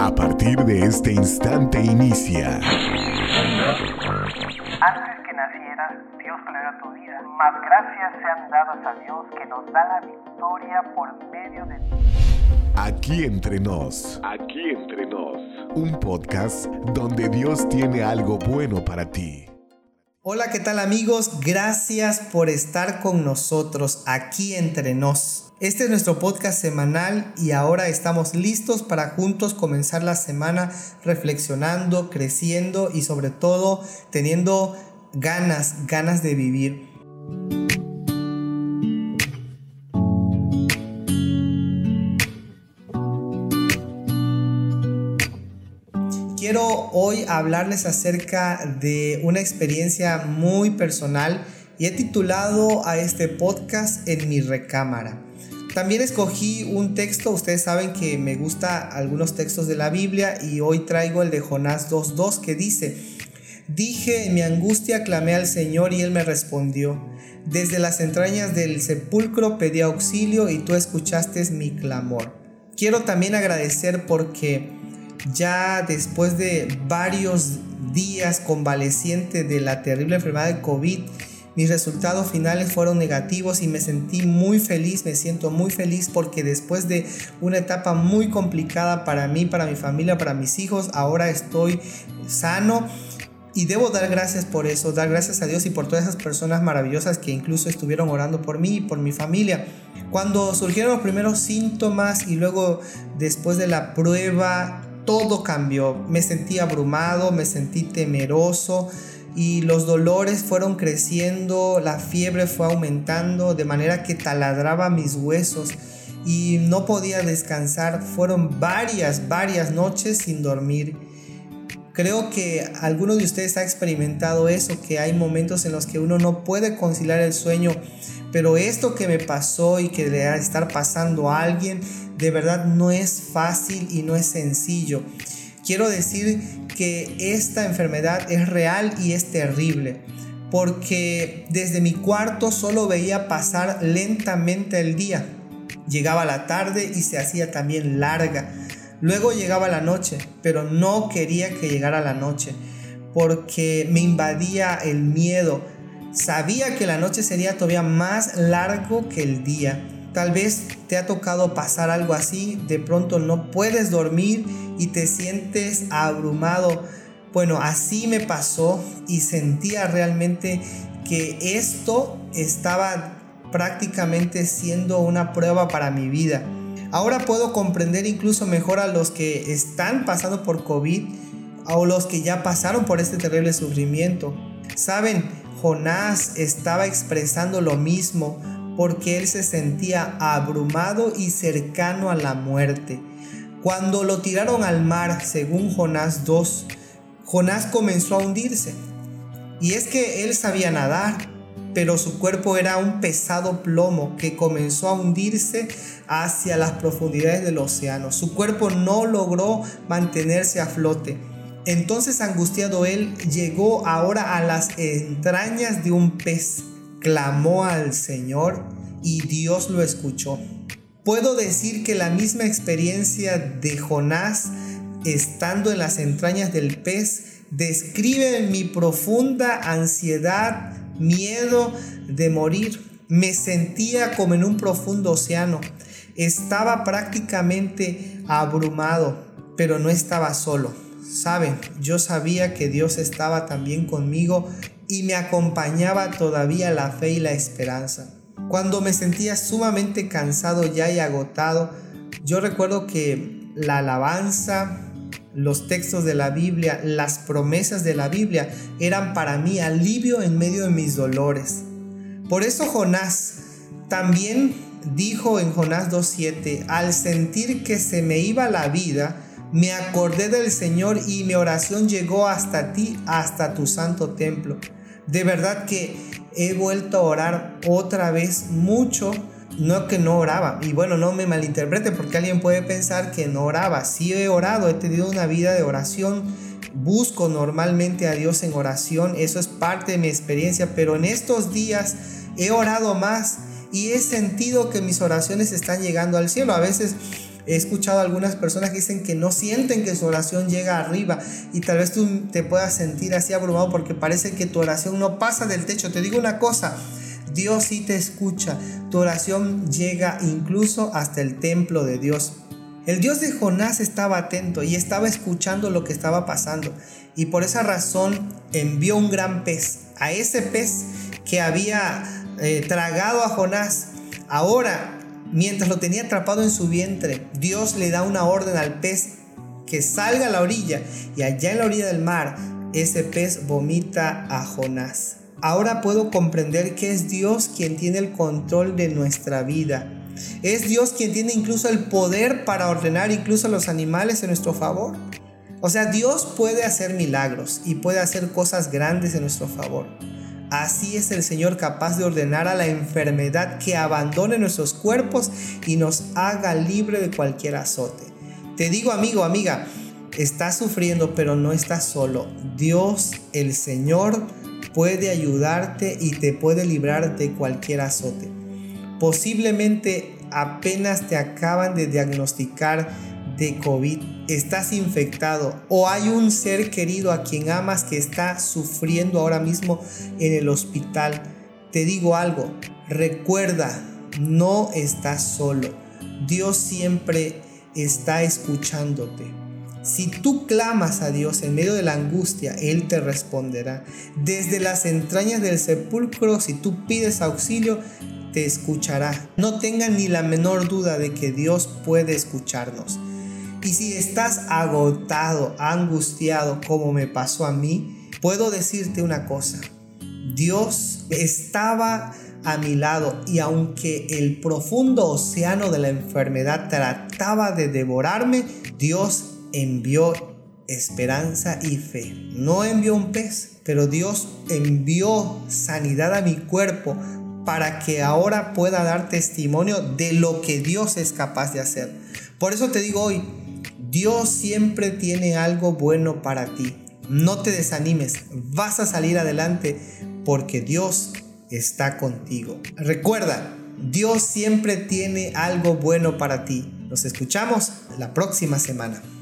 A partir de este instante inicia. Antes que nacieras, Dios creó tu vida, mas gracias sean dadas a Dios que nos da la victoria por medio de ti. Aquí entre nos. Un podcast donde Dios tiene algo bueno para ti. Hola, ¿qué tal amigos? Gracias por estar con nosotros aquí entre nos. Este es nuestro podcast semanal y ahora estamos listos para juntos comenzar la semana reflexionando, creciendo y sobre todo teniendo ganas de vivir. Quiero hoy hablarles acerca de una experiencia muy personal y he titulado a este podcast En mi recámara. También escogí un texto, ustedes saben que me gustan algunos textos de la Biblia y hoy traigo el de Jonás 2:2 que dice: Dije en mi angustia, clamé al Señor y Él me respondió. Desde las entrañas del sepulcro pedí auxilio y tú escuchaste mi clamor. Quiero también agradecer porque ya después de varios días convaleciente de la terrible enfermedad de COVID, mis resultados finales fueron negativos y me sentí muy feliz, me siento muy feliz porque después de una etapa muy complicada para mí, para mi familia, para mis hijos, ahora estoy sano y debo dar gracias por eso, dar gracias a Dios y por todas esas personas maravillosas que incluso estuvieron orando por mí y por mi familia. Cuando surgieron los primeros síntomas y luego después de la prueba, todo cambió. Me sentí abrumado, me sentí temeroso y los dolores fueron creciendo, la fiebre fue aumentando de manera que taladraba mis huesos y no podía descansar. Fueron varias noches sin dormir. Creo que alguno de ustedes ha experimentado eso, que hay momentos en los que uno no puede conciliar el sueño, pero esto que me pasó y que le va a estar pasando a alguien, de verdad no es fácil y no es sencillo. Quiero decir que esta enfermedad es real y es terrible, porque desde mi cuarto solo veía pasar lentamente el día. Llegaba la tarde y se hacía también larga. Luego llegaba la noche, pero no quería que llegara la noche, porque me invadía el miedo. Sabía que la noche sería todavía más largo que el día. Tal vez te ha tocado pasar algo así, de pronto no puedes dormir y te sientes abrumado. Bueno, así me pasó y sentía realmente que esto estaba prácticamente siendo una prueba para mi vida. Ahora puedo comprender incluso mejor a los que están pasando por COVID o los que ya pasaron por este terrible sufrimiento. Saben, Jonás estaba expresando lo mismo porque él se sentía abrumado y cercano a la muerte. Cuando lo tiraron al mar, según Jonás 2, Jonás comenzó a hundirse. Y es que él sabía nadar, pero su cuerpo era un pesado plomo que comenzó a hundirse hacia las profundidades del océano. Su cuerpo no logró mantenerse a flote. Entonces, angustiado él, llegó ahora a las entrañas de un pez. Clamó al Señor y Dios lo escuchó. Puedo decir que la misma experiencia de Jonás, estando en las entrañas del pez, describe mi profunda ansiedad, miedo de morir. Me sentía como en un profundo océano. Estaba prácticamente abrumado, pero no estaba solo. Saben, yo sabía que Dios estaba también conmigo y me acompañaba todavía la fe y la esperanza. Cuando me sentía sumamente cansado ya y agotado, yo recuerdo que la alabanza, los textos de la Biblia, las promesas de la Biblia eran para mí alivio en medio de mis dolores. Por eso Jonás también dijo en Jonás 2:7: al sentir que se me iba la vida, me acordé del Señor y mi oración llegó hasta ti, hasta tu santo templo. De verdad que he vuelto a orar otra vez mucho. No que no oraba, y bueno, no me malinterprete porque alguien puede pensar que no oraba. Sí he orado, he tenido una vida de oración, busco normalmente a Dios en oración, eso es parte de mi experiencia, pero en estos días he orado más y he sentido que mis oraciones están llegando al cielo. A veces He escuchado a algunas personas que dicen que no sienten que su oración llega arriba, y tal vez tú te puedas sentir así abrumado porque parece que tu oración no pasa del techo. Te digo una cosa, Dios sí te escucha. Tu oración llega incluso hasta el templo de Dios. El Dios de Jonás estaba atento y estaba escuchando lo que estaba pasando, y por esa razón envió un gran pez. A ese pez que había tragado a Jonás, ahora, mientras lo tenía atrapado en su vientre, Dios le da una orden al pez que salga a la orilla, y allá en la orilla del mar ese pez vomita a Jonás. Ahora puedo comprender que es Dios quien tiene el control de nuestra vida. Es Dios quien tiene incluso el poder para ordenar incluso a los animales en nuestro favor. O sea, Dios puede hacer milagros y puede hacer cosas grandes en nuestro favor. Así es el Señor capaz de ordenar a la enfermedad que abandone nuestros cuerpos y nos haga libre de cualquier azote. Te digo, amigo, amiga, estás sufriendo, pero no estás solo. Dios, el Señor, puede ayudarte y te puede librar de cualquier azote. Posiblemente apenas te acaban de diagnosticar de COVID, estás infectado, o hay un ser querido a quien amas que está sufriendo ahora mismo en el hospital. Te digo algo, recuerda, no estás solo. Dios siempre está escuchándote. Si tú clamas a Dios en medio de la angustia, Él te responderá. Desde las entrañas del sepulcro, si tú pides auxilio, te escuchará. No tengan ni la menor duda de que Dios puede escucharnos. Y si estás agotado, angustiado, como me pasó a mí, puedo decirte una cosa. Dios estaba a mi lado, y aunque el profundo océano de la enfermedad trataba de devorarme, Dios envió esperanza y fe. No envió un pez, pero Dios envió sanidad a mi cuerpo para que ahora pueda dar testimonio de lo que Dios es capaz de hacer. Por eso te digo hoy, Dios siempre tiene algo bueno para ti. No te desanimes, vas a salir adelante porque Dios está contigo. Recuerda, Dios siempre tiene algo bueno para ti. Nos escuchamos la próxima semana.